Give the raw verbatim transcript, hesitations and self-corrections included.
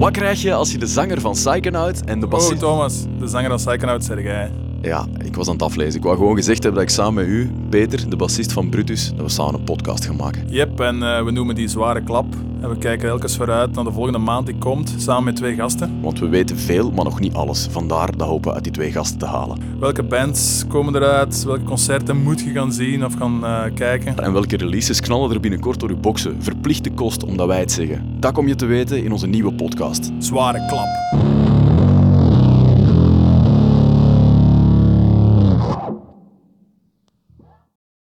Wat krijg je als je de zanger van Psychonaut en de bassist... Oh, Thomas, de zanger van Psychonaut, zeg jij. Ja, ik was aan het aflezen. Ik wou gewoon gezegd hebben dat ik samen met u, Peter, de bassist van Brutus, dat we samen een podcast gaan maken. Yep, en uh, we noemen die zware klap. En we kijken elke vooruit naar de volgende maand die komt, samen met twee gasten. Want we weten veel, maar nog niet alles. Vandaar dat hopen we uit die twee gasten te halen. Welke bands komen eruit? Welke concerten moet je gaan zien of gaan uh, kijken? En welke releases knallen er binnenkort door uw boxen? Verplichte kost, omdat wij het zeggen. Dat kom je te weten in onze nieuwe podcast. Zware klap.